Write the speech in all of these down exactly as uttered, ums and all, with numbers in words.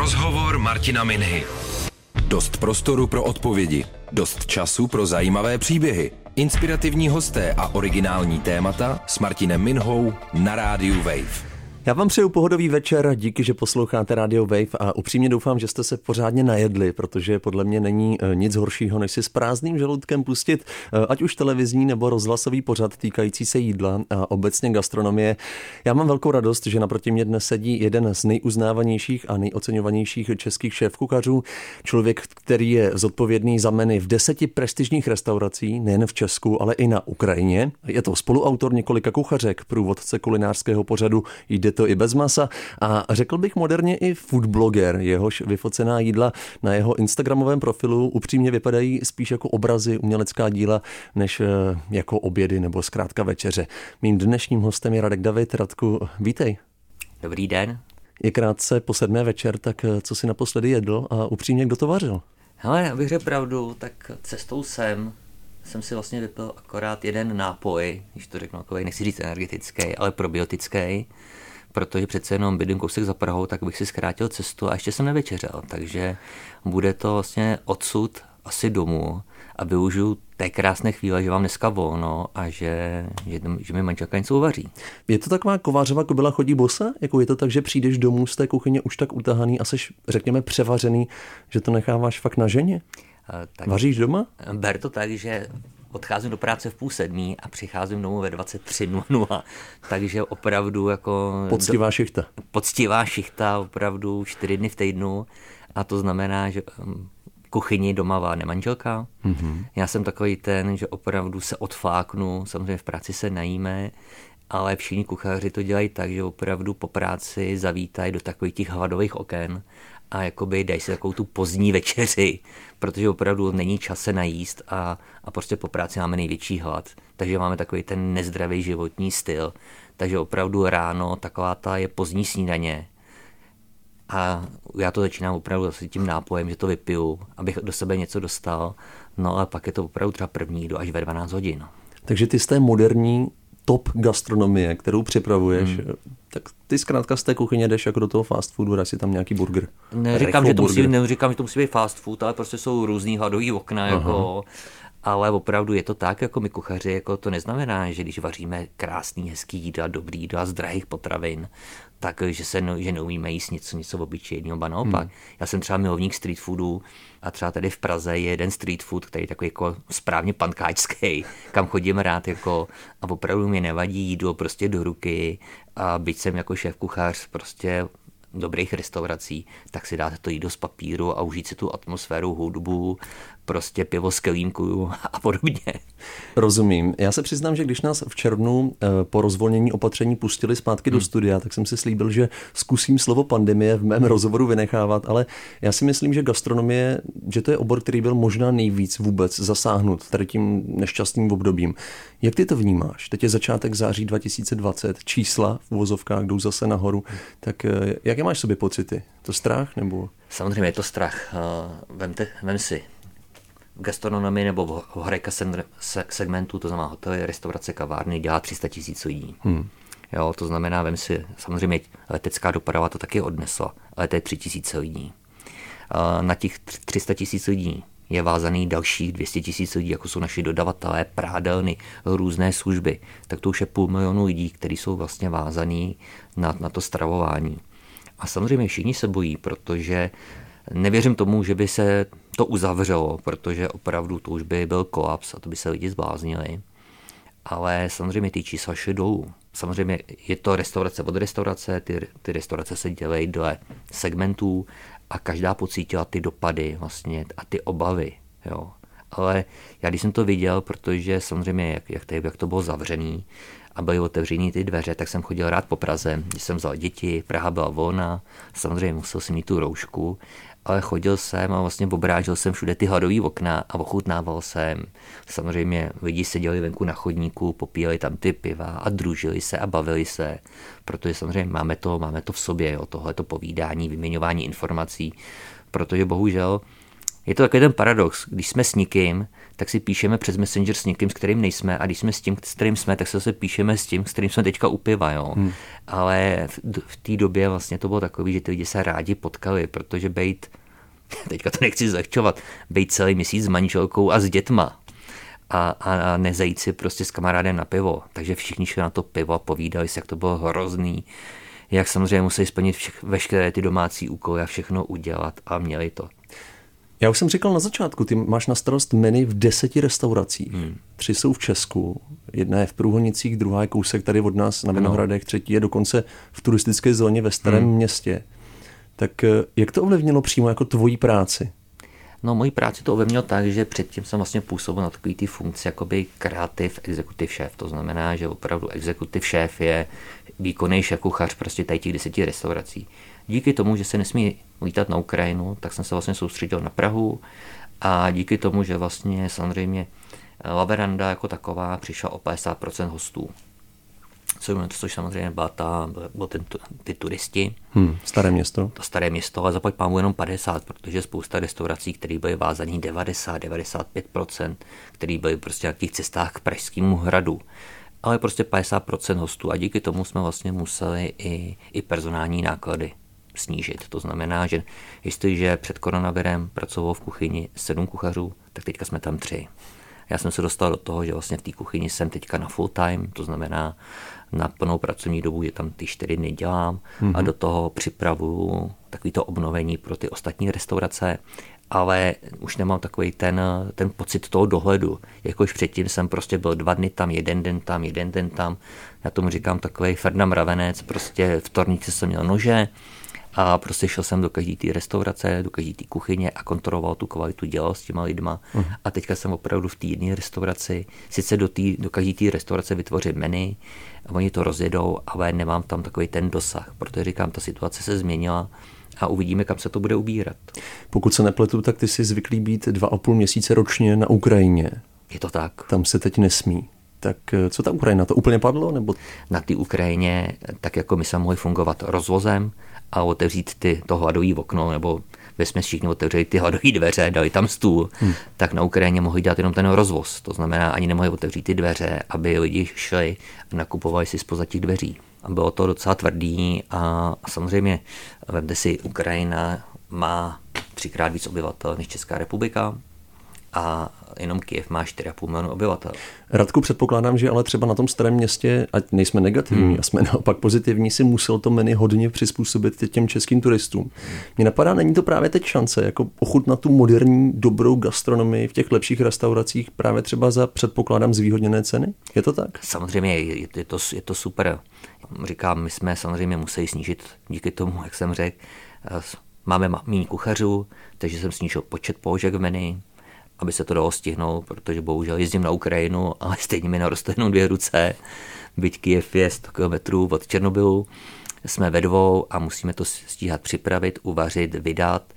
Rozhovor Martina Minhy. Dost prostoru pro odpovědi, dost času pro zajímavé příběhy, inspirativní hosté a originální témata s Martinem Minhou na rádiu Wave. Já vám přeju pohodový večer, díky, že posloucháte Radio Wave a upřímně doufám, že jste se pořádně najedli, protože podle mě není nic horšího, než si s prázdným žaludkem pustit ať už televizní nebo rozhlasový pořad týkající se jídla a obecně gastronomie. Já mám velkou radost, že naproti mě dnes sedí jeden z nejuznávanějších a nejoceňovanějších českých šéfkuchařů, člověk, který je zodpovědný za menu v deseti prestižních restaurací, nejen v Česku, ale i na Ukrajině. Je to spoluautor několika kuchařek, průvodce kulinářského pořadu Jde to i bez masa a řekl bych moderně i foodbloger, jehož vyfocená jídla na jeho instagramovém profilu upřímně vypadají spíš jako obrazy, umělecká díla, než jako obědy nebo zkrátka večeře. Mým dnešním hostem je Radek David. Radku, vítej. Dobrý den. Je krátce po sedmé večer, tak co si naposledy jedl a upřímně kdo to vařil? Hele, abych řekl pravdu, tak cestou sem jsem si vlastně vypil akorát jeden nápoj, když to řeknu takový, nechci říct energetický, ale probiotický, protože přece jenom bydlím kousek za Prahou, tak bych si zkrátil cestu a ještě jsem nevečeřel, takže bude to vlastně odsud asi domů a využiju té krásné chvíle, že mám dneska volno a že, že, že mi manželka něco uvaří. Je to taková kovářova kobila chodí bosa? Jako je to tak, že přijdeš domů z té kuchyně už tak utahaný a seš, řekněme, převařený, že to necháváš fakt na ženě? Tak vaříš doma? Ber to tak, že odcházím do práce v půl sedmí a přicházím domů ve dvacet tři nula nula, takže opravdu jako... Poctivá šichta. Poctivá šichta, opravdu čtyři dny v týdnu a to znamená, že kuchyni doma vládne manželka. Mm-hmm. Já jsem takový ten, že opravdu se odfláknu, samozřejmě v práci se najíme, ale všichni kuchaři to dělají tak, že opravdu po práci zavítají do takových těch hladových oken a jakoby dají si takovou tu pozdní večeři, protože opravdu není čas se najíst a, a prostě po práci máme největší hlad. Takže máme takový ten nezdravý životní styl. Takže opravdu ráno taková ta je pozdní snídaně. A já to začínám opravdu asi tím nápojem, že to vypiju, abych do sebe něco dostal. No a pak je to opravdu třeba první do až ve dvanáct hodin. Takže ty z té moderní top gastronomie, kterou připravuješ, hmm. tak ty zkrátka z té kuchyně jdeš jako do toho fast foodu, dáš si tam nějaký burger. Neříkám, že to musí, neříkám, že to musí být fast food, ale prostě jsou různý hladový okna, jako, ale opravdu je to tak, jako my kuchaři, jako to neznamená, že když vaříme krásný, hezký jídla, dobrý jídla z drahých potravin, tak, že se že neumíme jíst něco, něco obyčejného, ba naopak. Hmm. Já jsem třeba milovník street foodů a třeba tady v Praze je jeden street food, který je takový jako správně pankáčský, kam chodím rád jako, a opravdu mě nevadí jídlo prostě do ruky a byť jsem jako šéf kuchař prostě dobrých restaurací, tak si dáte to jídlo z papíru a užít si tu atmosféru, hudbu, prostě pivo z kelímku a podobně. Rozumím. Já se přiznám, že když nás v červnu po rozvolnění opatření pustili zpátky hmm. do studia, tak jsem si slíbil, že zkusím slovo pandemie v mém rozhovoru vynechávat, ale já si myslím, že gastronomie, že to je obor, který byl možná nejvíc vůbec zasáhnut tady tím nešťastným obdobím. Jak ty to vnímáš? Teď je začátek září dva tisíce dvacet, čísla v uvozovkách jdou zase nahoru, tak jaké máš sobě pocity? To strach nebo? Samozřejmě je to strach. Vemte, vem si. V gastronomii nebo v horeka segmentu, to znamená hotely, restaurace, kavárny, dělá tři sta tisíc lidí. Hmm. Jo, to znamená, vem si, samozřejmě letecká doprava to taky odnesla, ale to je tři tisíce lidí. Na těch tři sta tisíc lidí je vázaný dalších dvě stě tisíc lidí, jako jsou naši dodavatelé, prádelny, různé služby. Tak to už je půl milionu lidí, kteří jsou vlastně vázaný na, na to stravování. A samozřejmě všichni se bojí, protože nevěřím tomu, že by se to uzavřelo, protože opravdu to už by byl kolaps a to by se lidi zbláznili. Ale samozřejmě ty čísla šly dolů. Samozřejmě je to restaurace od restaurace, ty, ty restaurace se dělají dle segmentů a každá pocítila ty dopady vlastně a ty obavy. Jo. Ale já když jsem to viděl, protože samozřejmě jak, jak, jak to bylo zavřený a byly otevřený ty dveře, tak jsem chodil rád po Praze, když jsem vzal děti, Praha byla volná, samozřejmě musel jsem mít tu roušku, ale chodil jsem a vlastně obrážel jsem všude ty hladový okna a ochutnával jsem. Samozřejmě lidi seděli venku na chodníku, popíjeli tam ty piva a družili se a bavili se, protože samozřejmě máme to, máme to v sobě, jo, tohleto povídání, vyměňování informací, protože bohužel Je to takový ten paradox. Když jsme s někým, tak si píšeme přes Messenger s někým, s kterým nejsme, a když jsme s tím, s kterým jsme, tak se zase píšeme s tím, s kterým jsme teďka u piva, jo. Hmm. Ale v, v té době vlastně to bylo takový, že ty lidi se rádi potkali, protože bejt, teďka to nechci zlehčovat, bejt celý měsíc s manželkou a s dětma a, a, a nezajít si prostě s kamarádem na pivo. Takže všichni šli na to pivo a povídali si, jak to bylo hrozný, jak samozřejmě museli splnit všech, veškeré ty domácí úkoly a všechno udělat a měli to. Já už jsem říkal na začátku, ty máš na starost menu v deseti restauracích. Hmm. Tři jsou v Česku, jedna je v Průhonicích, druhá je kousek tady od nás na Vinohradech, třetí je dokonce v turistické zóně ve Starém hmm. městě. Tak jak to ovlivnilo přímo jako tvojí práci? No, mojí práci to ovlivnilo tak, že předtím jsem vlastně působil na takový ty funkci jakoby kreativ executive šéf. To znamená, že opravdu executive šéf je výkonný šéf kuchař prostě tady těch deseti restaurací. Díky tomu, že se nesmí lítat na Ukrajinu, tak jsem se vlastně soustředil na Prahu a díky tomu, že vlastně samozřejmě La Veranda jako taková přišla o padesát procent hostů. Což samozřejmě byla ta, byl ten, ty turisti. Hmm, staré město. To staré město, ale zaplať pámu jenom padesát, protože spousta restaurací, které byly vázaný devadesát až devadesát pět procent, které byly prostě na těch cestách k Pražskému hradu. Ale prostě padesát procent hostů a díky tomu jsme vlastně museli i, i personální náklady snížit. To znamená, že jestliže před koronavirem pracovalo v kuchyni sedm kuchařů, tak teďka jsme tam tři. Já jsem se dostal do toho, že vlastně v té kuchyni jsem teďka na full time, to znamená na plnou pracovní dobu, že tam ty čtyři dny dělám mm-hmm. a do toho připravuju takovýto obnovení pro ty ostatní restaurace, ale už nemám takový ten, ten pocit toho dohledu. Jakož předtím jsem prostě byl dva dny tam, jeden den tam, jeden den tam. Já tomu říkám takový Ferdinand Mravenec, prostě v tornici jsem měl nože, a prostě šel jsem do každé té restaurace, do každé té kuchyně a kontroloval tu kvalitu, dělal s těma lidma. Uh. A teďka jsem opravdu v té jedné restauraci, sice do, tý, do každé té restaurace vytvořím menu, a oni to rozjedou, ale nemám tam takový ten dosah, protože říkám, ta situace se změnila a uvidíme, kam se to bude ubírat. Pokud se nepletu, tak ty jsi zvyklý být dva a půl měsíce ročně na Ukrajině. Je to tak. Tam se teď nesmí. Tak co ta Ukrajina, to úplně padlo? Nebo? Na té Ukrajině, tak jako my jsme mohli fungovat rozvozem a otevřít ty, to hladové okno, nebo my jsme všichni otevřeli ty hladové dveře, dali tam stůl, hmm. tak na Ukrajině mohli dělat jenom ten rozvoz. To znamená, ani nemohli otevřít ty dveře, aby lidi šli a nakupovali si zpoza těch dveří. A bylo to docela tvrdý a samozřejmě, vemte si, Ukrajina má třikrát víc obyvatel než Česká republika a jenom Kyjev má čtyři a půl milionu obyvatel. Radku, předpokládám, že ale třeba na tom Starém městě, ať nejsme negativní, hmm. a jsme naopak pozitivní, si musel to menu hodně přizpůsobit těm českým turistům. Hmm. Mně napadá, není to právě teď šance, jako ochutnat tu moderní, dobrou gastronomii v těch lepších restauracích právě třeba za, předpokládám, zvýhodněné ceny? Je to tak? Samozřejmě, je, je, to, je to super. Říkám, my jsme samozřejmě museli snížit díky tomu, jak jsem řekl, máme méně kuchařů, takže jsem snížil počet položek v menu, aby se to dalo stihnout, protože bohužel jezdím na Ukrajinu, ale stejně mi narostly jenom dvě ruce. Byť Kyjev je sto kilometrů od Černobylu, jsme ve dvou a musíme to stíhat připravit, uvařit, vydat.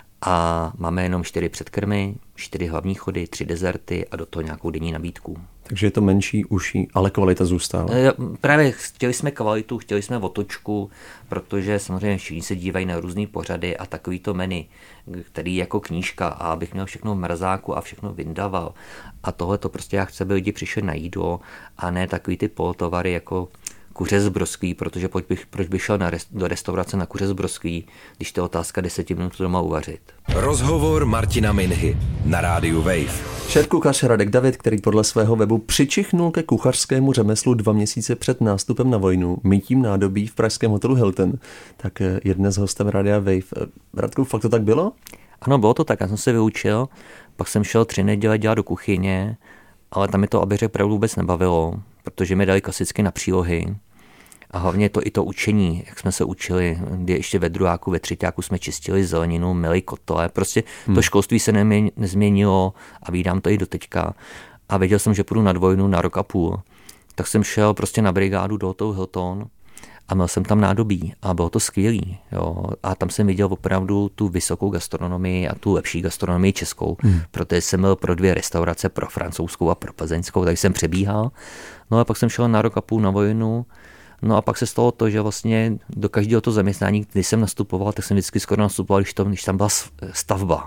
A máme jenom čtyři předkrmy, čtyři hlavní chody, tři dezerty a do toho nějakou denní nabídku. Takže je to menší, uší, ale kvalita zůstává. Právě chtěli jsme kvalitu, chtěli jsme otočku, protože samozřejmě všichni se dívají na různý pořady a takový to menu, který je jako knížka a abych měl všechno v mrazáku a všechno vyndaval. A tohle to prostě já chci, aby lidi přišli na jídlo a ne takový ty polotovary jako kuře z broskví, protože proč bych, proč bych šel na rest, do restaurace na kuře z broskví, když to je otázka deseti minut doma uvařit. Rozhovor Martina Minhy na rádiu Wave. Šéf kuchař Radek David, který podle svého webu přičichnul ke kuchařskému řemeslu dva měsíce před nástupem na vojnu, mytím nádobí v pražském hotelu Hilton, tak je dnes hostem Rádia Wave. Radku, fakt to tak bylo? Ano, bylo to tak, já jsem se vyučil, pak jsem šel tři neděle dělat do kuchyně, ale tam mi to, abych řekl, pravdu vůbec nebavilo, protože mi dali klasicky na přílohy. A hlavně to i to učení, jak jsme se učili, kdy ještě ve druháku, ve třetíku jsme čistili zeleninu, myli kotle, prostě hmm. to školství se nezměnilo a vídám to i do teďka. A věděl jsem, že půjdu na dvojnu na rok a půl. Tak jsem šel prostě na brigádu do toho Hilton a měl jsem tam nádobí a bylo to skvělý. Jo. A tam jsem viděl opravdu tu vysokou gastronomii a tu lepší gastronomii českou, hmm. protože jsem byl pro dvě restaurace, pro francouzskou a pro plzeňskou, tak jsem přebíhal. No a pak jsem šel na rok a půl na vojnu. No a pak se stalo to, že vlastně do každého toho zaměstnání, kdy jsem nastupoval, tak jsem vždycky skoro nastupoval, když tam, když tam byla stavba.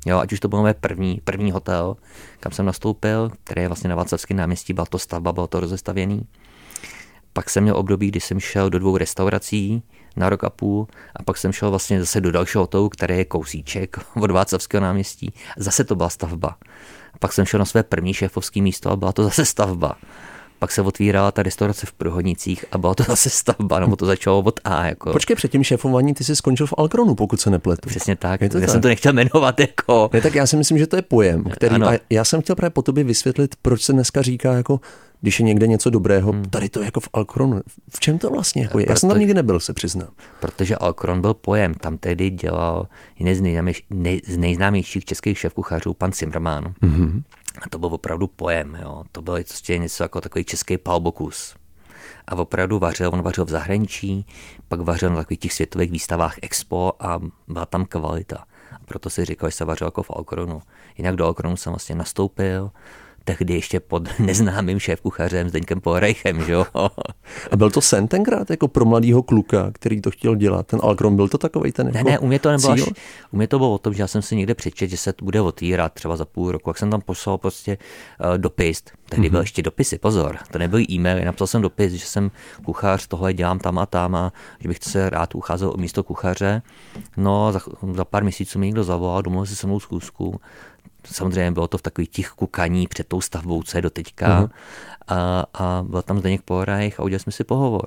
Jo, ať už to byl můj první, první hotel, kam jsem nastoupil, který je vlastně na Václavském náměstí, byla to stavba, bylo to rozestavěný. Pak jsem měl období, kdy jsem šel do dvou restaurací na rok a půl a pak jsem šel vlastně zase do dalšího hotelu, který je kousíček od Václavského náměstí. Zase to byla stavba. A pak jsem šel na své první šéfovské místo a byla to zase stavba. Pak se otvírala ta restaurace v Průhodnicích a byla to zase stavba, nebo to začalo od A. Jako. Počkej, před tím šéfováním ty jsi skončil v Alkronu, pokud se nepletu. Přesně tak, je to já tak? jsem to nechtěl jmenovat. Jako. Ne, tak já si myslím, že to je pojem, který... A já jsem chtěl právě po tobě vysvětlit, proč se dneska říká, jako, když je někde něco dobrého, hmm. tady to je jako v Alkronu. V čem to vlastně jako je? Já Proto, jsem tam nikdy nebyl, se přiznám. Protože Alkron byl pojem, tam tehdy dělal jeden z, nejznámějších, nej, z nejznámějších českých šéfkuchařů, pan Zimmermann. Hmm. A to byl opravdu pojem, jo. To bylo prostě něco jako takový český Paul Bocuse. A opravdu vařil, on vařil v zahraničí, pak vařil na takových těch světových výstavách Expo a byla tam kvalita. A proto si říkal, že se vařil jako v Alkronu. Jinak do Alkronu jsem vlastně nastoupil, tehdy ještě pod neznámým šéfkuchařem Zdeňkem Polreichem, že jo. A byl to sen tenkrát jako pro mladýho kluka, který to chtěl dělat? Ten Alkron byl to takovej ten jako Ne, ne, u mě to nebylo cíl? až, u mě to bylo o tom, že já jsem si někde přečet, že se to bude otvírat třeba za půl roku, jak jsem tam poslal prostě uh, dopis, tehdy mm-hmm. byl ještě dopisy, pozor, to nebyl e-mail, napsal jsem dopis, že jsem kuchař, tohle dělám tam a tam a že bych se rád ucházel o místo kuchaře. No, za, za pár měsíců mi někdo zavolal, domluvil si se mnou schůzku. Samozřejmě bylo to v takových těch kukaní před tou stavbou, co je doteďka. Uh-huh. A, a byl tam Zdeněk Polreich a udělali jsme si pohovor.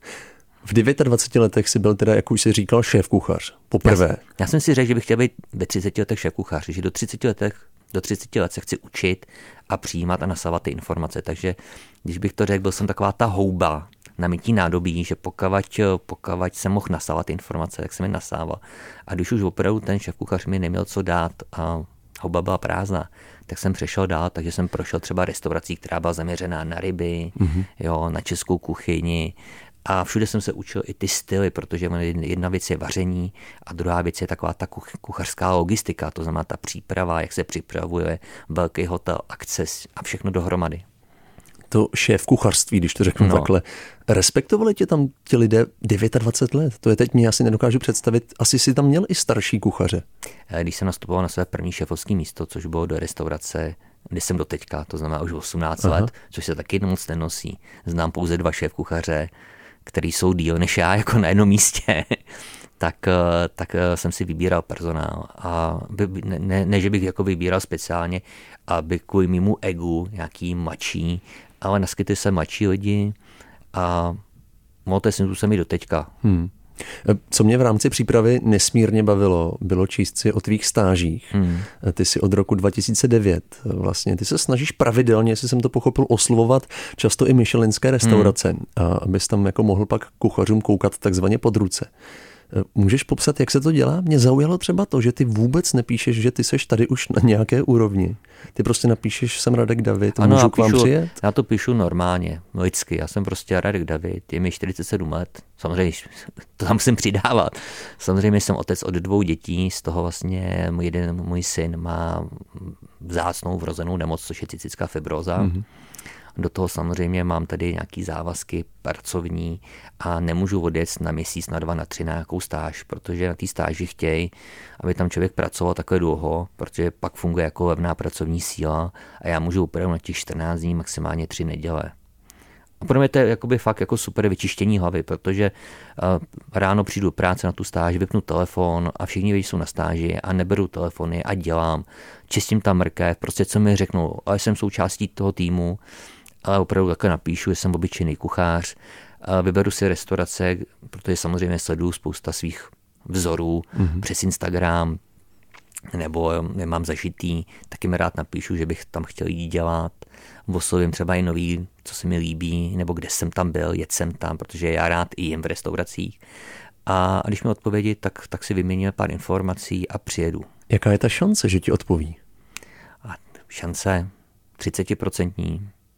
V dvaceti devíti letech jsi byl teda, jak už jsi říkal, šéfkuchař. Poprvé. Já, já jsem si řekl, že bych chtěl být ve třiceti letech šéfkuchař, že do třiceti letech, do třiceti let se chci učit a přijímat a nasávat ty informace. Takže když bych to řekl, byl jsem taková ta houba na mytí nádobí, že pokavať, pokavať jsem mohl nasávat informace, tak jsem je nasával. A když už opravdu ten šéfkuchař mi neměl co dát a houba byla prázdná, tak jsem přešel dál, takže jsem prošel třeba restaurací, která byla zaměřená na ryby, mm-hmm. jo, na českou kuchyni a všude jsem se učil i ty styly, protože jedna věc je vaření a druhá věc je taková ta kuchařská logistika, to znamená ta příprava, jak se připravuje velký hotel, akce a všechno dohromady. To šéfkuchařství, když to řeknu no. takhle, respektovali tě tam ti lidé dvacet devět let? To je teď, mě asi nedokážu představit. Asi si tam měl i starší kuchaře. Když jsem nastupoval na své první šéfovské místo, což bylo do restaurace, kde jsem doteďka, to znamená už osmnáct Aha. let, což se taky moc nenosí. Znám pouze dva šéfkuchaře, který jsou díl než já, jako na jednom místě. tak, tak jsem si vybíral personál. A ne, ne, ne že bych jako vybíral speciálně, aby kvůli mému egu nějaký mladší, ale naskytli se mladší lidi a mohl jsem tu se mi doteďka. Hmm. Co mě v rámci přípravy nesmírně bavilo, bylo číst si o tvých stážích. Hmm. Ty jsi od roku dva tisíce devět vlastně, ty se snažíš pravidelně, jestli jsem to pochopil, oslovovat často i michelinské restaurace, hmm. a abys tam jako mohl pak kuchařům koukat takzvaně pod ruce. Můžeš popsat, jak se to dělá? Mě zaujalo třeba to, že ty vůbec nepíšeš, že ty seš tady už na nějaké úrovni. Ty prostě napíšeš, jsem Radek David, ano, můžu k vám píšu, přijet? Já to píšu normálně, lidsky. Já jsem prostě Radek David, je mi čtyřicet sedm let. Samozřejmě to tam musím přidávat. Samozřejmě jsem otec od dvou dětí, z toho vlastně jeden můj syn má vzácnou vrozenou nemoc, což je cystická fibróza. Mm-hmm. Do toho samozřejmě mám tady nějaký závazky pracovní a nemůžu odjet na měsíc, na dva, na tři na nějakou stáž, protože na té stáži chtějí, aby tam člověk pracoval takhle dlouho, protože pak funguje jako levná pracovní síla a já můžu opravdu na těch čtrnáct dní, maximálně tři neděle. A pro mě to je jakoby fakt jako super vyčištění hlavy, protože uh, ráno přijdu do práce na tu stáž, vypnu telefon a všichni lidi jsou na stáži a neberu telefony a dělám, čistím tam mrkev, prostě co mi řeknou, ale jsem součástí toho týmu, ale opravdu takhle napíšu, že jsem obyčejný kuchař, vyberu si restaurace, protože samozřejmě sleduju spousta svých vzorů mm-hmm. přes Instagram, nebo je mám zažitý, taky mi rád napíšu, že bych tam chtěl jít dělat, oslovím třeba i nový, co se mi líbí, nebo kde jsem tam byl, jet jsem tam, protože já rád i jim v restauracích. A když mi odpovědí, tak, tak si vyměníme pár informací a přijedu. Jaká je ta šance, že ti odpoví? A šance třicet procent.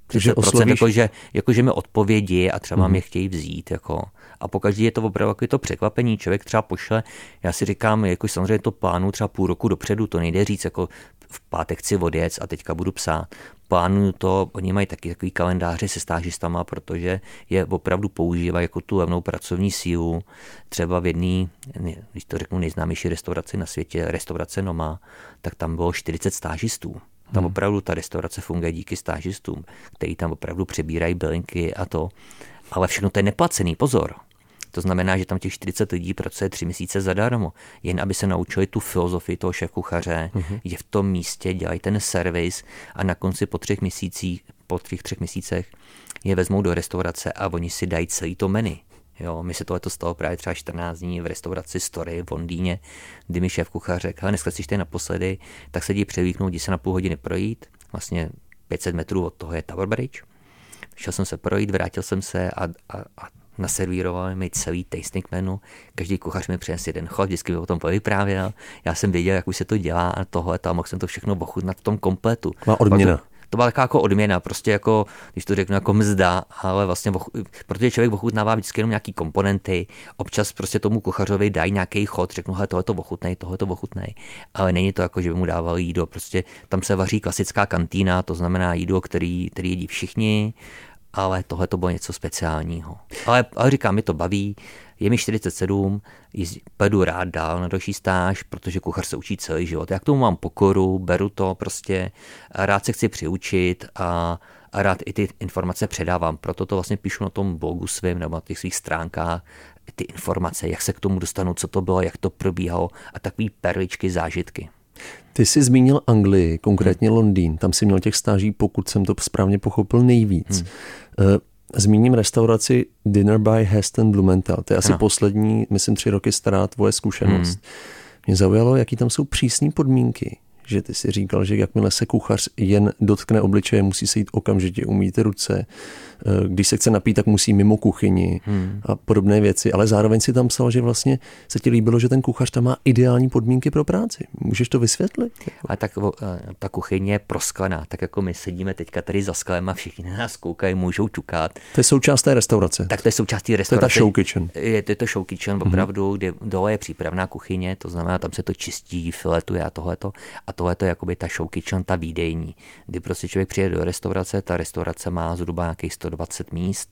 Takže oslovíš... jakože, jakože mi odpovědi a třeba mm. mě chtějí vzít. Jako. A pokaždý je to opravdu jako to překvapení. Člověk třeba pošle, já si říkám, jako samozřejmě to plánu třeba půl roku dopředu, to nejde říct, jako v pátek chci odjet a teďka budu psát. Plánuju to, oni mají taky takový kalendáře se stážistama, protože je opravdu používají jako tu levnou pracovní sílu. Třeba v jedné, když to řeknu, nejznámější restauraci na světě, restaurace Noma, tak tam bylo čtyřicet stážistů. Tam hmm. opravdu ta restaurace funguje díky stážistům, kteří tam opravdu přebírají bylinky a to. Ale všechno to je neplacený, pozor. To znamená, že tam těch čtyřicet lidí pracuje tři měsíce zadarmo, jen aby se naučili tu filozofii toho šéfkuchaře, uh-huh. že v tom místě dělají ten servis a na konci po třech měsících, po třech, třech měsících je vezmou do restaurace a oni si dají celý to menu. Jo, mi se tohleto stalo právě třeba čtrnáct dní v restauraci Story v Londýně, kdy mi šéfkuchař řekl, hele, dneska jsi tady naposledy, tak se jdi převlíknout, jdi se na půl hodiny projít, vlastně pět set metrů od toho je Tower Bridge. Šel jsem se projít, vrátil jsem se a, a, a naservírovali mi celý tasting menu, každý kuchař mi přinesl jeden chod, vždycky mi o tom povyprávěl, já jsem věděl, jak už se to dělá a tohle, a mohl jsem to všechno ochutnat v tom kompletu. Má odměna. To, to byla taková jako odměna, prostě jako, když to řeknu, jako mzda, ale vlastně, protože člověk ochutnává vždycky jenom nějaký komponenty, občas prostě tomu kuchařovi dají nějaký chod, řeknu, hele, tohle to ochutnej, tohle to ochutnej, ale není to jako, že by mu dávali jídlo, prostě tam se vaří klasická kantýna, to znamená jídlo, který, který jedí všichni, ale tohle to bylo něco speciálního. Ale, ale říkám, mi to baví, je mi čtyřicet sedm, půjdu rád dál na další stáž, protože kuchař se učí celý život. Já k tomu mám pokoru, beru to prostě, rád se chci přiučit a, a rád i ty informace předávám. Proto to vlastně píšu na tom blogu svým nebo na těch svých stránkách, ty informace, jak se k tomu dostanu, co to bylo, jak to probíhalo a takový perličky, zážitky. Ty jsi zmínil Anglii, konkrétně hmm. Londýn. Tam jsi měl těch stáží, pokud jsem to správně pochopil, nejvíc. Hmm. Zmíním restauraci Dinner by Heston Blumenthal. To je asi ano. poslední, myslím, tři roky stará tvoje zkušenost. Hmm. Mě zaujalo, jaký tam jsou přísné podmínky. Že ty si říkal, že jakmile se kuchař jen dotkne obličeje, musí se jít okamžitě umýt ruce. Když se chce napít, tak musí mimo kuchyni hmm. a podobné věci. Ale zároveň si tam psal, že vlastně se ti líbilo, že ten kuchař tam má ideální podmínky pro práci. Můžeš to vysvětlit? A tak ta kuchyně je prosklená. Tak jako my sedíme teďka tady za sklem a všichni na nás koukají, můžou ťukat. To je součást té restaurace. Tak to je součást té restaurace. To je ta show kitchen. Je to, je to show kitchen, opravdu, hmm. kde dole je přípravná kuchyně, to znamená, tam se to čistí, filetuje a tohleto. A tohle je jakoby ta show kitchen, ta výdejní, kdy prostě člověk přijde do restaurace, ta restaurace má zhruba nějakých sto dvacet míst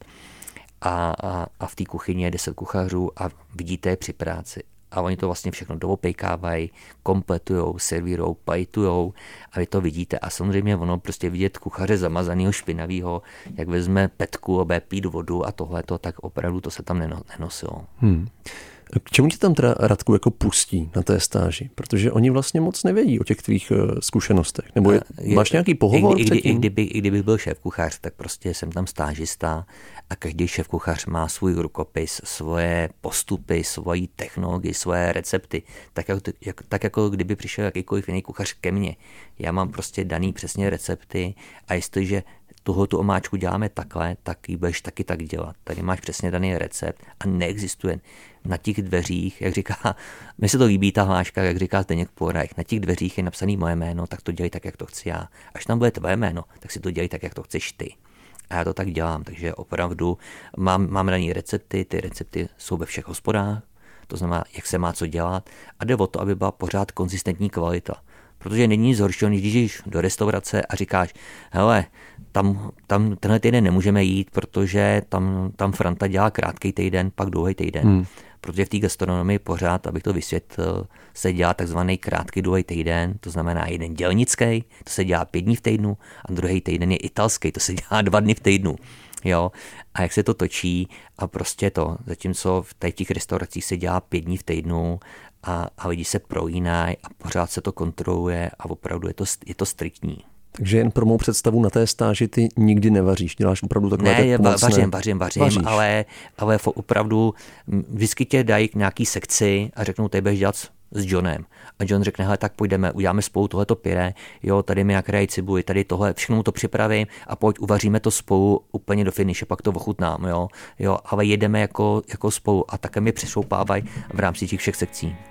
a, a, a v té kuchyni je deset kuchařů a vidíte je při práci. A oni to vlastně všechno doopejkávají, kompletujou, servírou, plejtujou a vy to vidíte. A samozřejmě ono prostě vidět kuchaře zamazanýho, špinavýho, jak vezme petku, bude pít vodu a tohleto, tak opravdu to se tam nenosilo. Hmm. K čemu tě tam teda, Radku, jako pustí na té stáži? Protože oni vlastně moc nevědí o těch tvých zkušenostech. Nebo je, máš nějaký pohovor i, kdy, předtím? I, kdyby, I kdybych byl šéfkuchař, tak prostě jsem tam stážista a každý šéfkuchař má svůj rukopis, svoje postupy, svoji technologii, svoje recepty. Tak jako, jak, tak jako kdyby přišel jakýkoliv jiný kuchař ke mně. Já mám prostě daný přesně recepty a jestliže tuhle tu omáčku děláme takhle, tak ji budeš taky tak dělat. Tady máš přesně daný recept a neexistuje na těch dveřích, jak říká, mi se to líbí ta hláška, jak říká Zdeněk Pourajch, na těch dveřích je napsané moje jméno, tak to dělej tak, jak to chci já. Až tam bude tvoje jméno, tak si to dělej tak, jak to chceš ty. A já to tak dělám, takže opravdu mám, mám daný recepty, ty recepty jsou ve všech hospodách, to znamená, jak se má co dělat a jde o to, aby byla pořád konzistentní kvalita. Protože není nic horšího, než když jdeš do restaurace a říkáš, hele, tam, tam tenhle týden nemůžeme jít, protože tam, tam Franta dělá krátký týden, pak dlouhý týden. Hmm. Protože v té gastronomii pořád, abych to vysvětlil, se dělá takzvaný krátký dlouhý týden, to znamená jeden dělnický, to se dělá pět dní v týdnu, a druhý týden je italský, to se dělá dva dny v týdnu. Jo? A jak se to točí a prostě to, zatímco v těch restauracích se dělá pět dní v týdnu, A, a lidi se projínají a pořád se to kontroluje a opravdu je to, je to striktní. Takže jen pro mou představu na té stáži ty nikdy nevaříš, děláš opravdu takové ne, tak pomocné... vařím, vařím, vařím, vaříš. ale, ale opravdu vždycky tě dají k nějaký sekci a řeknou, tady budeš dělat s Johnem. A John řekne, hele, tak půjdeme, uděláme spolu tohleto pyré, jo, tady mi jak rají cibuli, tady tohle, všechno to připravím a pojď, uvaříme to spolu úplně do finiše, pak to ochutnám, jo, jo, ale jedeme jako, jako spolu a také mi přešoupávají v rámci těch všech sekcí.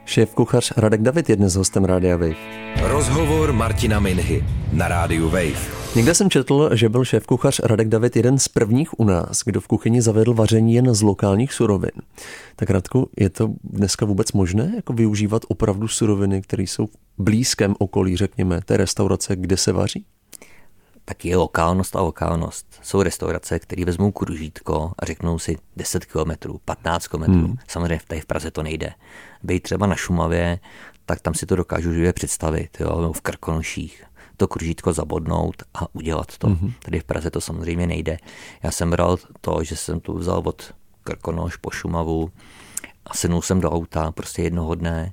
Šéfkuchař Radek David je dnes hostem Rádia Wave. Rozhovor Martina Minhy na Rádiu Wave. Někde jsem četl, že byl šéfkuchař Radek David jeden z prvních u nás, kdo v kuchyni zavedl vaření jen z lokálních surovin. Tak Radku, je to dneska vůbec možné jako využívat opravdu suroviny, které jsou v blízkém okolí, řekněme, té restaurace, kde se vaří? Tak je lokálnost a lokálnost. Jsou restaurace, které vezmou kružítko a řeknou si deset kilometrů, patnáct kilometrů. Hmm. Samozřejmě tady v Praze to nejde. Bejt třeba na Šumavě, tak tam si to dokážu živě představit, jo, nebo v Krkonoších. To kružítko zabodnout a udělat to. Hmm. Tady v Praze to samozřejmě nejde. Já jsem bral to, že jsem tu vzal od Krkonoš po Šumavu a sednul jsem do auta prostě jednoho dne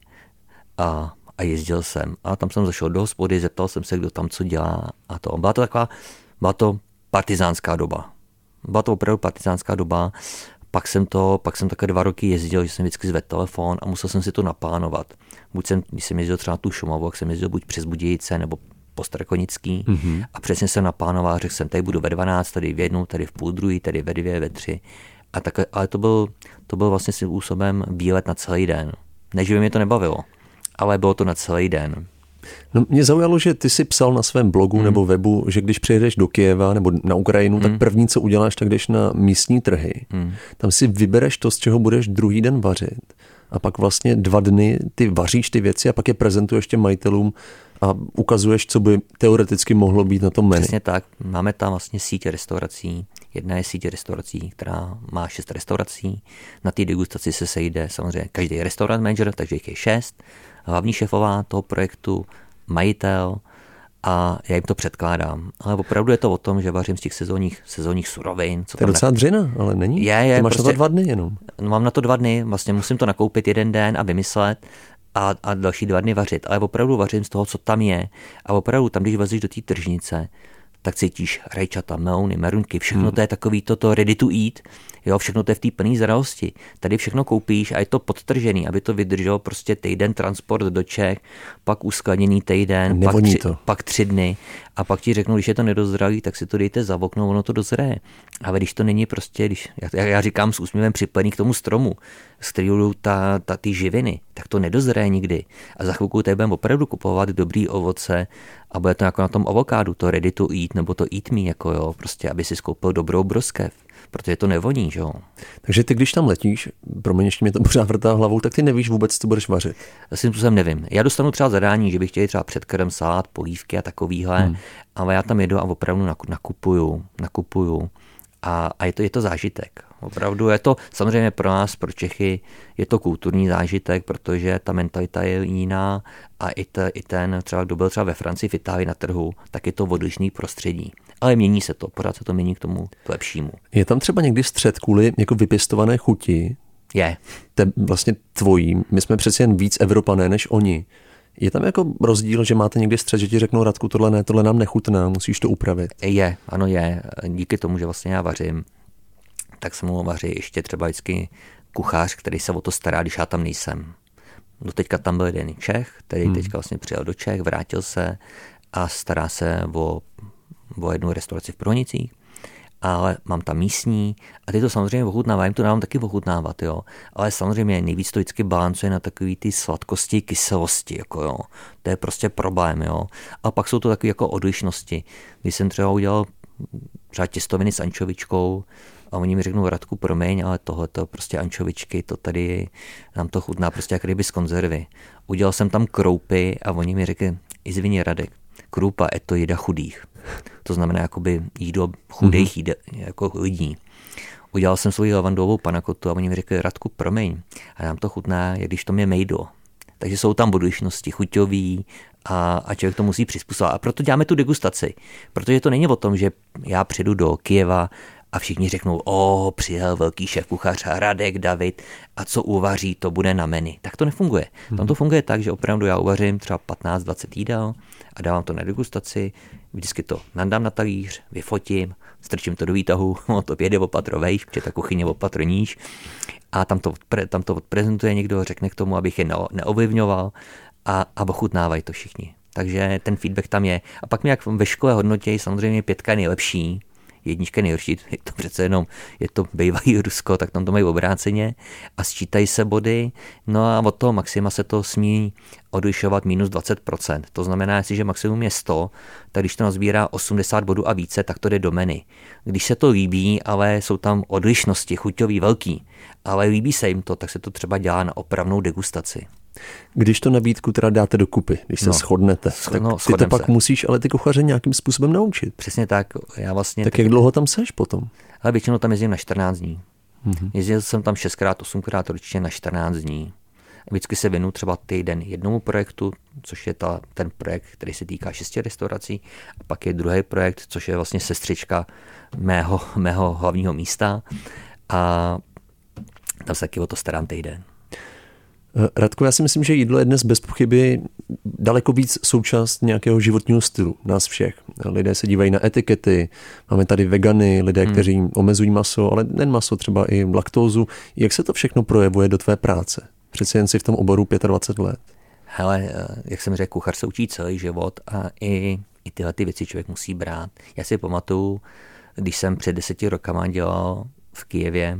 a a jezdil jsem. A tam jsem zašel do hospody, zeptal jsem se, kdo tam co dělá a to. Byla to taková, byla to partizánská doba. Byla to opravdu partizánská doba. Pak jsem to, pak jsem také dva roky jezdil, že jsem vždycky zvedl telefon a musel jsem si to naplánovat. Buď jsem, když jsem jezdil třeba tu Šumavu, tak jsem jezdil buď přes Budějice nebo po Strakonický mm-hmm. a přesně jsem naplánoval, řekl jsem, tady budu ve dvanáct, tady v jednu, tady v půl druhý, tady ve dvě, ve tři. A tak, ale to byl, to byl vlastně svým způsobem výlet na celý den. Ne, že by mě to nebavilo, ale bylo to na celý den. No, mě zaujalo, že ty si psal na svém blogu hmm. nebo webu, že když přijedeš do Kyjeva nebo na Ukrajinu, hmm. tak první, co uděláš, tak jdeš na místní trhy. Hmm. Tam si vybereš to, z čeho budeš druhý den vařit. A pak vlastně dva dny ty vaříš ty věci a pak je prezentuješ těm majitelům a ukazuješ, co by teoreticky mohlo být na tom menu. Přesně tak. Máme tam vlastně síť restaurací. Jedna je síť restaurací, která má šest restaurací. Na té degustaci se sejde samozřejmě každý restaurant manager, takže jich je šest. Hlavní šéfová toho projektu, majitel a já jim to předkládám. Ale opravdu je to o tom, že vařím z těch sezónních, sezónních surovin. Co to je docela na... dřina, ale není? Je, je, Ty máš prostě... na to dva dny jenom. No, mám na to dva dny, vlastně musím to nakoupit jeden den a vymyslet a, a další dva dny vařit. Ale opravdu vařím z toho, co tam je. A opravdu tam, když vaříš do té tržnice, tak cítíš rajčata, melouny, meruňky, všechno hmm. to je takový toto ready to eat, jo, všechno to je v té plné zralosti. Tady všechno koupíš a je to podtržený, aby to vydrželo prostě týden transport do Čech, pak uskladněný týden, pak tři, pak tři dny a pak ti řeknu, když je to nedozralý, tak si to dejte za okno, ono to dozraje. Ale když to není prostě, když, já, já říkám s úsměvem připojený k tomu stromu, z kterého ta, ta, ty živiny, tak to nedozraje nikdy. A za chvilku tady budeme opravdu kupovat dobrý ovoce a bude to jako na tom avokádu, to ready to eat, nebo to eat me, jako jo, prostě, aby si skoupil dobrou broskev, protože to nevoní, že jo. Takže ty, když tam letíš, promiň, ještě mě to pořád vrtá hlavou, tak ty nevíš vůbec, co budeš vařit. Asi způsobem nevím. Já dostanu třeba zadání, že bych chtěl třeba předkrm, salát, polívky a takovýhle, hmm. ale já tam jedu a opravdu nakupuju, nakupuju a, a je to, je to zážitek. Opravdu je to, samozřejmě pro nás, pro Čechy, je to kulturní zážitek, protože ta mentalita je jiná a i, te, i ten, třeba kdo byl třeba ve Francii, v Itálii na trhu, tak je to odlišný prostředí. Ale mění se to, pořád se to mění k tomu k lepšímu. Je tam třeba někdy střet kvůli jako vypěstované chuti? Je. Te, vlastně tvojí. My jsme přeci jen víc Evropané než oni. Je tam jako rozdíl, že máte někdy střet, že ti řeknou, Radku, tohle ne, tohle nám nechutná, musíš to upravit? Je, ano je. Díky tomu, že vlastně já vařím, tak se mu vaří ještě třeba vždycky kuchař, který se o to stará, když já tam nejsem. Do teďka tam byl jeden Čech, který hmm. teďka vlastně přijel do Čech, vrátil se a stará se o, o jednu restauraci v Prohonicích, ale mám tam místní a ty to samozřejmě ochutnává, jim to dávám taky ochutnávat, jo. Ale samozřejmě nejvíc to vždycky balancuje na takový ty sladkosti, kyselosti, jako jo. To je prostě problém, jo. A pak jsou to takové jako odlišnosti. Když jsem třeba udělal třeba těstoviny s ančovičkou, a oni mi řeknou, Radku, promiň, ale tohleto prostě ančovičky, to tady nám to chutná prostě jak ryby z konzervy. Udělal jsem tam kroupy a oni mi řekli, izvini Radek, kroupa je to jída chudých. To znamená jakoby jídlo chudých mm-hmm. jídel, jako lidí. Udělal jsem svou lavandovou panakotu a oni mi řekli, Radku, promiň, a nám to chutná, jak když to je mejdo. Takže jsou tam odlišnosti chuťový a, a člověk to musí přizpůsobit. A proto děláme tu degustaci. Protože to není o tom, že já přijedu do Kyjeva a všichni řeknou, o, přijel velký šéfkuchař Radek David a co uvaří, to bude na menu. Tak to nefunguje. Hmm. Tam to funguje tak, že opravdu já uvařím třeba patnáct dvacet jídel a dávám to na degustaci, vždycky to nadám na talíř, vyfotím, strčím to do výtahu, on to jede opatro vejš, protože ta kuchyně opatro níž a tam to, tam to odprezentuje někdo, řekne k tomu, abych je neovlivňoval a, a ochutnávají to všichni. Takže ten feedback tam je. A pak mi jak ve škole hodnotí, samozřejmě pětka je nejlepší, jednička nejhorší, je to přece jenom, je to bývalý Rusko, tak tam to mají obráceně a sčítají se body, no a od toho maxima se to smí odlišovat minus dvacet procent. To znamená, jestliže maximum je sto, tak když to nazbírá osmdesát bodů a více, tak to jde do menu. Když se to líbí, ale jsou tam odlišnosti, chuťový velký, ale líbí se jim to, tak se to třeba dělá na opravnou degustaci. Když to nabídku teda dáte dokupy, když se no, shodnete, tak no, ty to pak se. musíš ale ty kuchaře nějakým způsobem naučit. Přesně tak. Já vlastně tak jak dlouho tam seš potom? Ale většinou tam jezdím na čtrnáct dní. Mm-hmm. Jezdil jsem tam šestkrát, osmkrát ročně na čtrnáct dní. Vždycky se věnu třeba týden jednomu projektu, což je ta, ten projekt, který se týká šesti restaurací. A pak je druhý projekt, což je vlastně sestřička mého, mého hlavního místa. A tam se taky o to starám týden. Radko, já si myslím, že jídlo je dnes bez pochyby daleko víc součást nějakého životního stylu nás všech. Lidé se dívají na etikety, máme tady vegany, lidé, hmm. kteří omezují maso, ale nejen maso, třeba i laktózu. Jak se to všechno projevuje do tvé práce? Přece jen si v tom oboru dvacet pět let. Hele, jak jsem řekl, kuchař se učí celý život a i, i tyhle ty věci člověk musí brát. Já si pamatuju, když jsem před deseti rokama dělal v Kyjevě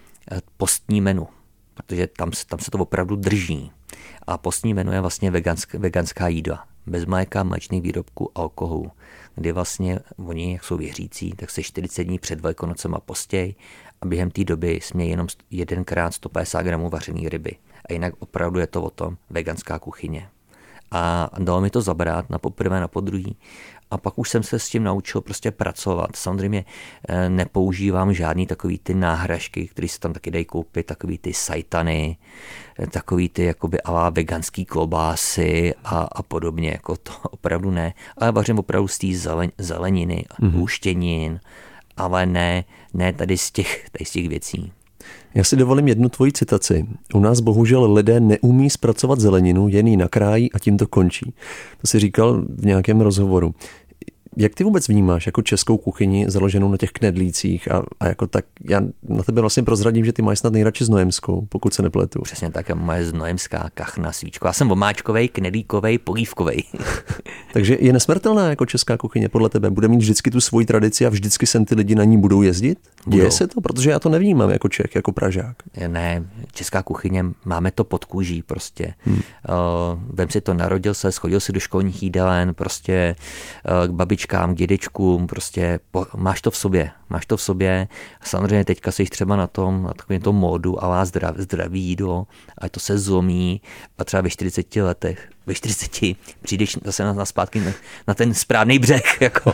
postní menu, protože tam, tam se to opravdu drží. A postní menu je vlastně vegansk, veganská jídla. Bez mléka, mléčných výrobků, alkoholu. Kdy vlastně oni, jak jsou věřící, tak se čtyřicet dní před Velkonocema postěj a během té doby smějí jenom jedenkrát sto padesát gramů vařený ryby. A jinak opravdu je to o tom veganská kuchyně. A dalo mi to zabrat na poprvé, na podruhý. A pak už jsem se s tím naučil prostě pracovat. Samozřejmě nepoužívám žádný takový ty náhražky, které se tam taky dají koupit, takový ty sajtany, takový ty jakoby alá veganský klobásy a, a podobně. Jako to opravdu ne. Ale vařím opravdu z té zelen, zeleniny, mm-hmm. hůštěnin, ale ne, ne tady z těch, tady z těch věcí. Já si dovolím jednu tvoji citaci. U nás bohužel lidé neumí zpracovat zeleninu, jen ji nakrájí a tím to končí. To si říkal v nějakém rozhovoru. Jak ty vůbec vnímáš jako českou kuchyni založenou na těch knedlících a, a jako tak, já na tebe vlastně prozradím, že ty máš snad nejradši znojemskou, pokud se nepletu. Přesně tak, moje znojemská kachna svíčko. Já jsem omáčkovej, knedlíkovej, polívkovej. Takže je nesmrtelná jako česká kuchyně podle tebe? Bude mít vždycky tu svoji tradici a vždycky sem ty lidi na ní budou jezdit? Budou. Děje se to? Protože já to nevnímám jako Čech, jako Pražák. Ne, česká kuchyně, máme to pod kůží prostě. Hmm. Uh, vem si to, narodil se, schodil si do školních jídelen, prostě uh, k babičkám, k dědečkům, prostě po, máš to v sobě, máš to v sobě. Samozřejmě teďka jsi třeba na tom, na takovém tom módu, ale zdrav, zdravý jídlo, a to se zlomí a třeba ve čtyřiceti letech, ve čtyřiceti přijdeš zase na, na zpátky na, na ten správný břeh. Jako.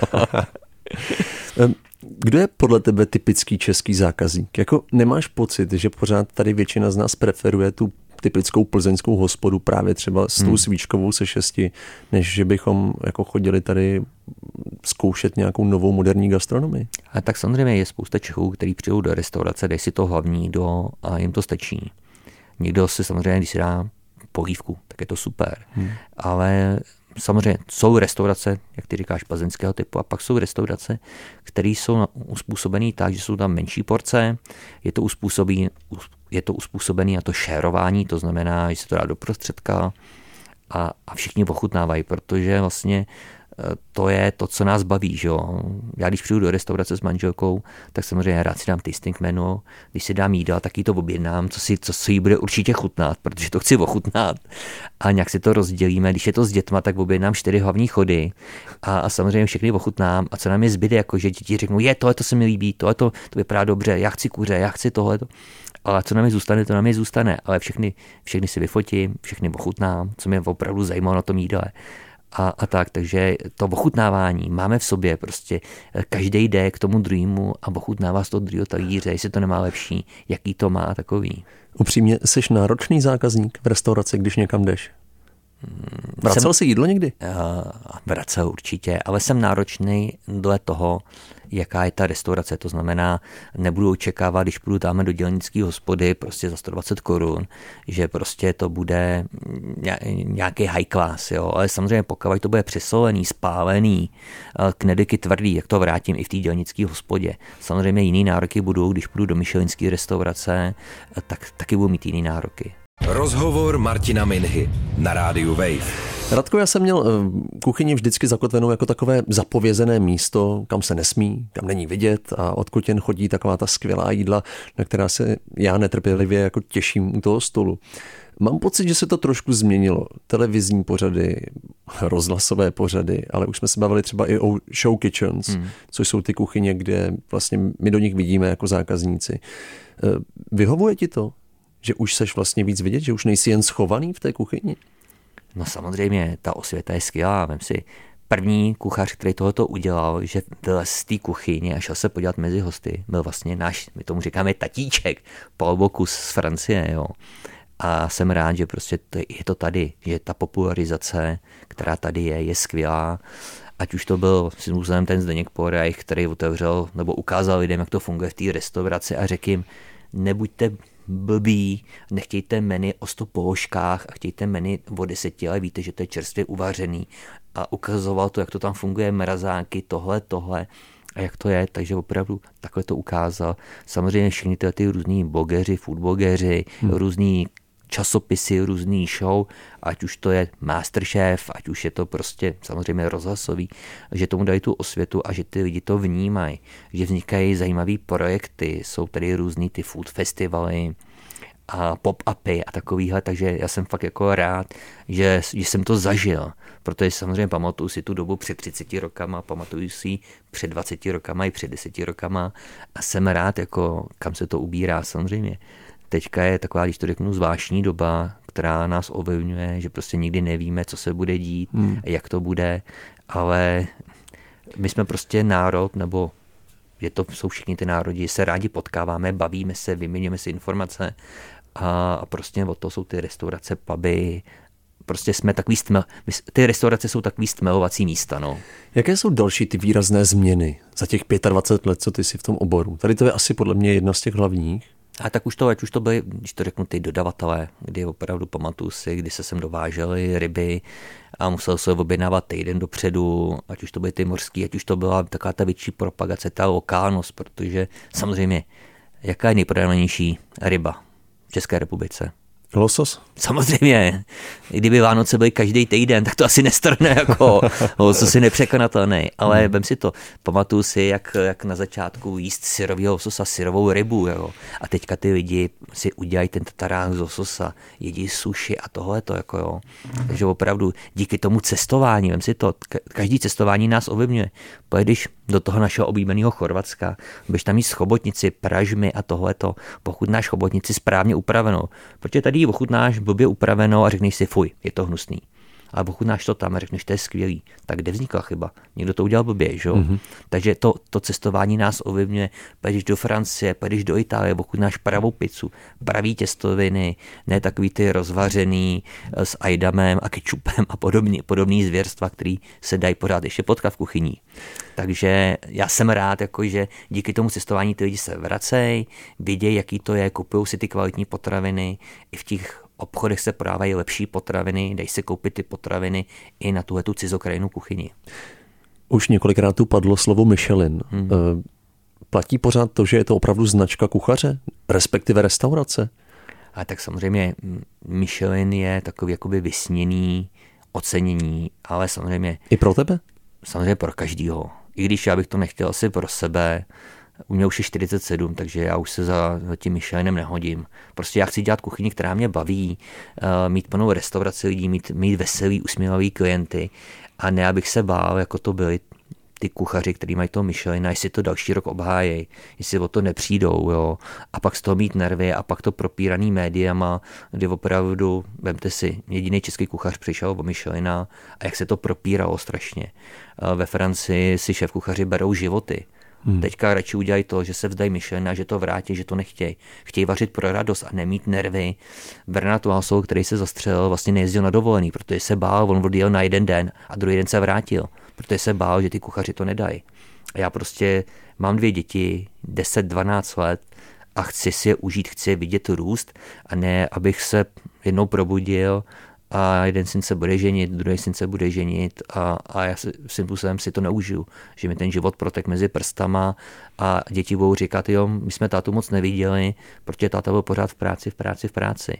Kdo je podle tebe typický český zákazník? Jako nemáš pocit, že pořád tady většina z nás preferuje tu typickou plzeňskou hospodu právě třeba s tou hmm. svíčkovou se šesti, než že bychom jako chodili tady zkoušet nějakou novou moderní gastronomii? A tak samozřejmě je spousta Čechů, kteří přijdou do restaurace, dají si to hlavní jídlo a jim to stačí. Někdo si samozřejmě, když si dá polívku, tak je to super. Hmm. Ale samozřejmě jsou restaurace, jak ty říkáš, plzeňského typu, a pak jsou restaurace, které jsou uspůsobené tak, že jsou tam menší porce, je to uspůsobené, je to uspůsobené na to šérování, to znamená, že se to dá do prostředka a, a všichni ochutnávají, protože vlastně to je to, co nás baví. Že jo? Já když přijdu do restaurace s manželkou, tak samozřejmě rád si dám tasting menu, když si dám jídla, tak jí to objednám, co si, co si jí bude určitě chutnat, protože to chci ochutnat. A nějak si to rozdělíme, když je to s dětma, tak objednám čtyři hlavní chody a, a samozřejmě všechny ochutnám. A co nám je zbyde, jako že děti řeknou, je, tohle to se mi líbí, tohle to, to vypadá dobře, já chci kuře, já chci tohle. Ale co nám je zůstane, to nám je zůstane. Ale všechny, všechny si vyfotím, všechny ochutnám, co mě opravdu zajímalo na tom jídle. A, a tak, takže to ochutnávání máme v sobě, prostě každý jde k tomu druhému a ochutnává z toho druhého talíře, jestli to nemá lepší, jaký to má takový. Upřímně, jsi náročný zákazník v restauraci, když někam jdeš? Vracel jsem, jsi jídlo někdy? Uh, vracel určitě, ale jsem náročný dle toho, jaká je ta restaurace, to znamená, nebudu očekávat, když půjdu tam do dělnické hospody prostě za sto dvacet korun, že prostě to bude nějaký high class, jo, ale samozřejmě pokud to bude přesolený, spálený, knedlíky tvrdý, jak to vrátím i v té dělnické hospodě. Samozřejmě jiný nároky budou, když půjdu do michelinské restaurace, tak taky budu mít jiný nároky. Rozhovor Martina Minhy na rádiu Wave. Radko, já jsem měl kuchyni vždycky zakotvenou jako takové zapovězené místo, kam se nesmí, kam není vidět a odkud jen chodí taková ta skvělá jídla, na která se já netrpělivě jako těším u toho stolu. Mám pocit, že se to trošku změnilo. Televizní pořady, rozhlasové pořady, ale už jsme se bavili třeba i o show kitchens, hmm. což jsou ty kuchyně, kde vlastně my do nich vidíme jako zákazníci. Vyhovuje ti to, že už seš vlastně víc vidět, že už nejsi jen schovaný v té kuchyni? No samozřejmě, ta osvěta je skvělá. Vem si, první kuchař, který tohoto udělal, že byl z té kuchyně a šel se podívat mezi hosty, byl vlastně náš, my tomu říkáme tatíček, Paul Bocuse z Francie, jo. A jsem rád, že prostě to, je to tady, že ta popularizace, která tady je, je skvělá. Ať už to byl s muzeem ten Zdeněk Porajch, který otevřel nebo ukázal lidem, jak to funguje v té restauraci a řekl jim, nebuďte blbí, nechtějte menu o sto položkách a chtějte menu o deseti, ale víte, že to je čerstvě uvařený. A ukazoval to, jak to tam funguje, mrazáky, tohle, tohle a jak to je, takže opravdu takhle to ukázal. Samozřejmě všichni ty, ty různí blogeři, foodblogeři, hmm. různí časopisy, různý show, ať už to je Masterchef, ať už je to prostě samozřejmě rozhlasový, že tomu dají tu osvětu a že ty lidi to vnímají, že vznikají zajímavý projekty, jsou tady různý ty food festivaly a pop-upy a takovýhle, takže já jsem fakt jako rád, že, že jsem to zažil, protože samozřejmě pamatuju si tu dobu před třiceti rokama, pamatuju si před dvaceti rokama i před deseti rokama a jsem rád, jako kam se to ubírá samozřejmě. Teďka je taková, když to řeknu, zvláštní doba, která nás ovlivňuje, že prostě nikdy nevíme, co se bude dít, hmm. jak to bude, ale my jsme prostě národ, nebo je to, jsou všichni ty národi, se rádi potkáváme, bavíme se, vyměňujeme si informace a prostě od toho jsou ty restaurace, puby, prostě jsme takový stmel, ty restaurace jsou takový stmelovací místa, no. Jaké jsou další ty výrazné změny za těch dvacet pět let, co ty jsi v tom oboru? Tady to je asi podle mě jedna z těch hlavních. A tak už to, ať už to byly, když to řeknu, ty dodavatelé, kdy opravdu pamatuju si, kdy se sem dovážely ryby a musel se objednávat týden dopředu, ať už to byly ty mořský, ať už to byla taková ta větší propagace, ta lokálnost, protože samozřejmě, jaká je nejprodávanější ryba v České republice? Losos? Samozřejmě. Kdyby Vánoce byly každý týden, tak to asi nestrne jako losos je nepřekonatelný. Ale hmm. vem si to, pamatuju si, jak, jak na začátku jíst syrovýho lososa, syrovou rybu. Jo. A teďka ty lidi si udělají ten tatarák z lososa, jedí sushi a tohleto. Jako jo. Takže opravdu díky tomu cestování, vem si to, každý cestování nás ovlivňuje. Pojedeš do toho našeho oblíbeného Chorvatska, budeš tam mít chobotnici, pražmy a tohleto, pokud náš chobotnici správně upravenou. Protože tady ji ochutnáš blbě upravenou a řekneš si, fuj, je to hnusný. Ale ochutnáš to tam a řekneš, to je skvělý. Tak kde vznikla chyba? Někdo to udělal blbě, že jo? Mm-hmm. Takže to, to cestování nás ovlivňuje. Pojedeš do Francie, pojedeš do Itálie, ochutnáš pravou pizzu, pravý těstoviny, ne takový ty rozvařený s ajdamem a kečupem a podobný, podobný zvěrstva, který se dají pořád ještě potkat v kuchyni. Takže já jsem rád, jako, že díky tomu cestování ty lidi se vracejí, vidějí, jaký to je, kupují si ty kvalitní potraviny, i v těch obchodech se prodávají lepší potraviny, dají se koupit ty potraviny i na tuhletu cizokrajnou kuchyni. Už několikrát tu padlo slovo Michelin. Hmm. Platí pořád to, že je to opravdu značka kuchaře, respektive restaurace? A tak samozřejmě Michelin je takový jakoby vysněný ocenění, ale samozřejmě... I pro tebe? Samozřejmě pro každýho. I když já bych to nechtěl asi pro sebe, u mě už je čtyřicet sedm, takže já už se za, za tím Michelinem nehodím. Prostě já chci dělat kuchyni, která mě baví, uh, mít plnou restauraci lidí, mít, mít veselý, usměvavý klienty a ne, abych se bál, jako to byli ty kuchaři, kteří mají toho Michelina, jestli to další rok obhájejí, jestli o to nepřijdou, jo, a pak z toho mít nervy a pak to propíraný médiama, kdy opravdu, vemte si, jediný český kuchař přišel o Michelina a jak se to propíralo strašně. Ve Francii si šéf kuchaři berou životy. Hmm. Teďka radši udělají to, že se vzdají Michelina, že to vrátí, že to nechtějí. Chtějí vařit pro radost a nemít nervy. Bernard Loiseau, který se zastřelil, vlastně nejezdil na dovolený, protože se bál, on odjel na jeden den a druhý den se vrátil, protože se bál, že ty kuchaři to nedají. A já prostě mám dvě děti, deset dvanáct let a chci si je užít, chci je vidět růst a ne, abych se jednou probudil a jeden syn se bude ženit, druhý syn se bude ženit a, a já si, svým způsobem si to neužiju, že mi ten život protek mezi prstama a děti budou říkat, jo, my jsme tátu moc neviděli, protože táta byl pořád v práci, v práci, v práci.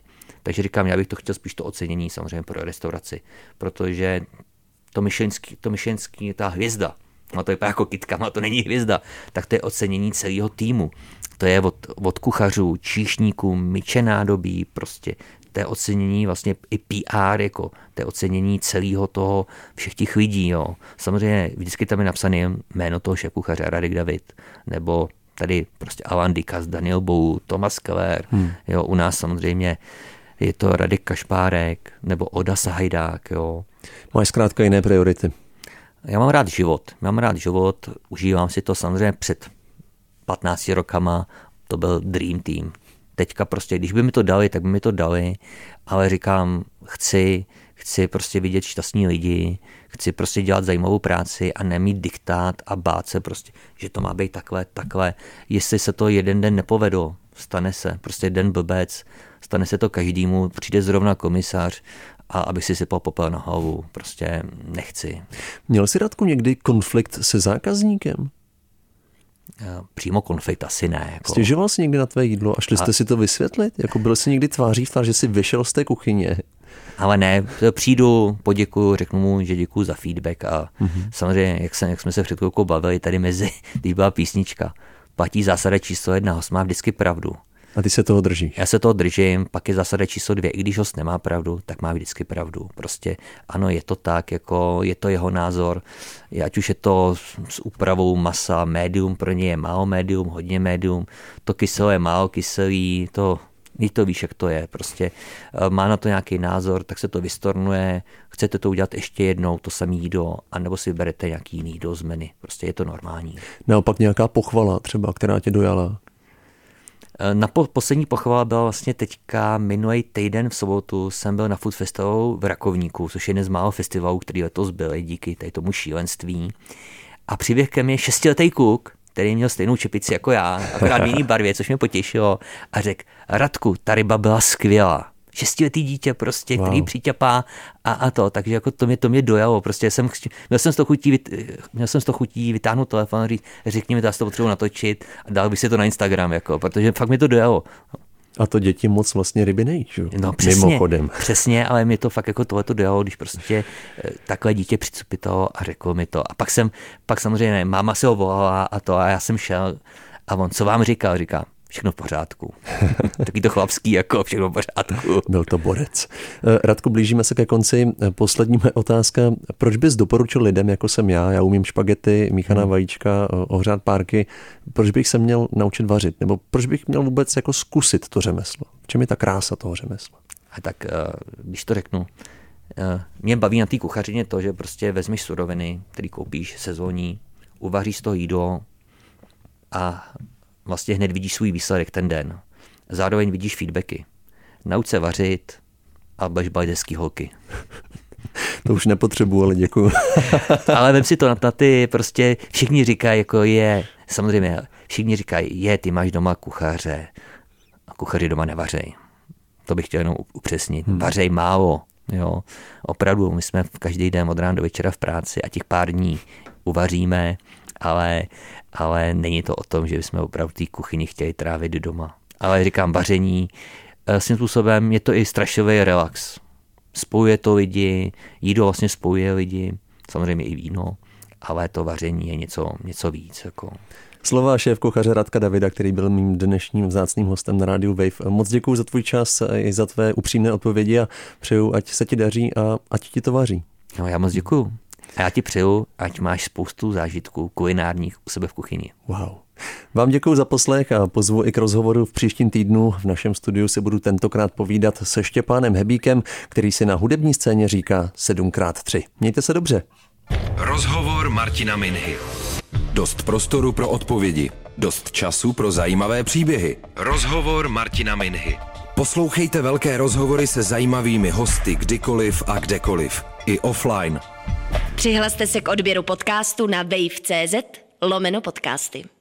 Takže říkám, já bych to chtěl spíš to ocenění samozřejmě pro restauraci, protože to myšlenský, to myšlenský, ta hvězda, no to je jako kytka, no to není hvězda, tak to je ocenění celého týmu. To je od, od kuchařů, číšníků, myče nádobí, prostě to je ocenění vlastně i P R, jako to je ocenění celého toho, všech těch lidí, jo. Samozřejmě vždycky tam je napsané jméno toho šéfkuchaře Radek David, nebo tady prostě Alan Dikas, Daniel Bou, Tomas Keller, hmm. jo, u nás samozřejmě je to Radek Kašpárek, nebo Oda Sahajdák, jo. Máš zkrátka jiné priority. Já mám rád život, mám rád život, užívám si to samozřejmě před patnácti rokama, to byl Dream Team. Teďka prostě, když by mi to dali, tak by mi to dali, ale říkám, chci, chci prostě vidět šťastní lidi, chci prostě dělat zajímavou práci a nemít diktát a bát se prostě, že to má být takhle, takhle. Jestli se to jeden den nepovedlo, stane se, prostě den blbec, stane se to každému, přijde zrovna komisař a abych si sypal popel na hlavu, prostě nechci. Měl jsi, Radku, někdy konflikt se zákazníkem? Přímo konflikt asi ne. Jako. Stěžoval jsi někdy na tvé jídlo a šli jste a... si to vysvětlit? Jako byl jsi někdy tváří v tvář, že jsi vyšel z té kuchyně? Ale ne, přijdu, poděkuju, řeknu mu, že děkuju za feedback a mm-hmm. samozřejmě, jak, jsem, jak jsme se před chvilkou bavili tady mezi, když byla písnička, platí zásada číslo jedna, host má vždycky pravdu. A ty se toho držíš? Já se toho držím, pak je zásada číslo dvě, i když host nemá pravdu, tak má vždycky pravdu. Prostě ano, je to tak, jako je to jeho názor, ať už je to s úpravou masa, médium, pro ně je málo médium, hodně médium, to kyselé je málo kyselý, to, když to víš, jak to je, prostě má na to nějaký názor, tak se to vystornuje, chcete to udělat ještě jednou, to samé jídlo, anebo si vyberete nějaký jiný jídlo z menu, prostě je to normální. Naopak nějaká pochvala třeba, která tě dojala? Na po, poslední pochvala byla vlastně teďka minulý týden v sobotu jsem byl na Food Festivalu v Rakovníku, což je jeden z málo festivalů, který letos byly díky tady tomu šílenství. A přiběh ke mně šestiletý kluk, který měl stejnou čepici jako já, akorát v jiný barvě, což mě potěšilo, a řekl, Radku, ta ryba byla skvělá. Šestiletý dítě prostě, wow. který přiťapá a, a to, takže jako to mě, to mě dojalo, prostě jsem, měl jsem z toho chutí, měl jsem z toho chutí vytáhnout telefon a říct, řekni mi, to já si to potřebuji natočit a dal bych si to na Instagram, jako, protože fakt mi to dojalo. A to děti moc vlastně ryby nejí, že? No přesně, mimochodem. Přesně, ale mě to fakt jako tohleto dojalo, když prostě takhle dítě přicupitalo a řekl mi to. A pak jsem, pak samozřejmě máma se ho volala a to a já jsem šel a on, co vám říkal, říká, všechno v pořádku. Taky to chlapský, jako všechno v pořádku. Byl to borec. Radku, blížíme se ke konci. Poslední moje otázka. Proč bys doporučil lidem, jako jsem já, já umím špagety, míchaná hmm. vajíčka, ohřát párky, proč bych se měl naučit vařit? Nebo proč bych měl vůbec jako zkusit to řemeslo? V čem je ta krása toho řemesla? A tak, když to řeknu, mě baví na té kuchařině to, že prostě vezmeš suroviny, který koupíš sezónní, uvaříš z toho jídlo a vlastně hned vidíš svůj výsledek ten den. Zároveň vidíš feedbacky. Nauč se vařit a budeš balit hezký holky. To už nepotřebuji, ale děkuju. Ale vem si to na, na ty, prostě všichni říkají, jako je, samozřejmě, všichni říkají, je, ty máš doma kuchaře a kuchaři doma nevařej. To bych chtěl jenom upřesnit. Hmm. Vařej málo, jo. Opravdu, my jsme každý den od rána do večera v práci a těch pár dní uvaříme, ale ale není to o tom, že bychom opravdu té kuchyni chtěli trávit doma. Ale říkám, vaření, svým způsobem je to i strašlivý relax. Spojuje to lidi, jídlo vlastně spojuje lidi, samozřejmě i víno, ale to vaření je něco, něco víc. Jako. Slova šéfkuchaře Radka Davida, který byl mým dnešním vzácným hostem na rádiu Wave. Moc děkuju za tvůj čas i za tvé upřímné odpovědi a přeju, ať se ti daří a ať ti to vaří. No, já moc děkuju. A já ti přeju, ať máš spoustu zážitků kulinárních u sebe v kuchyni. Wow. Vám děkuji za poslech a pozvu i k rozhovoru v příštím týdnu. V našem studiu si budu tentokrát povídat se Štěpánem Hebíkem, který si na hudební scéně říká sedm krát tři. Mějte se dobře. Rozhovor Martina Minhy. Dost prostoru pro odpovědi. Dost času pro zajímavé příběhy. Rozhovor Martina Minhy. Poslouchejte velké rozhovory se zajímavými hosty kdykoliv a kdekoliv. I offline. Přihlaste se k odběru podcastu na wave tečka cz lomeno podcasty.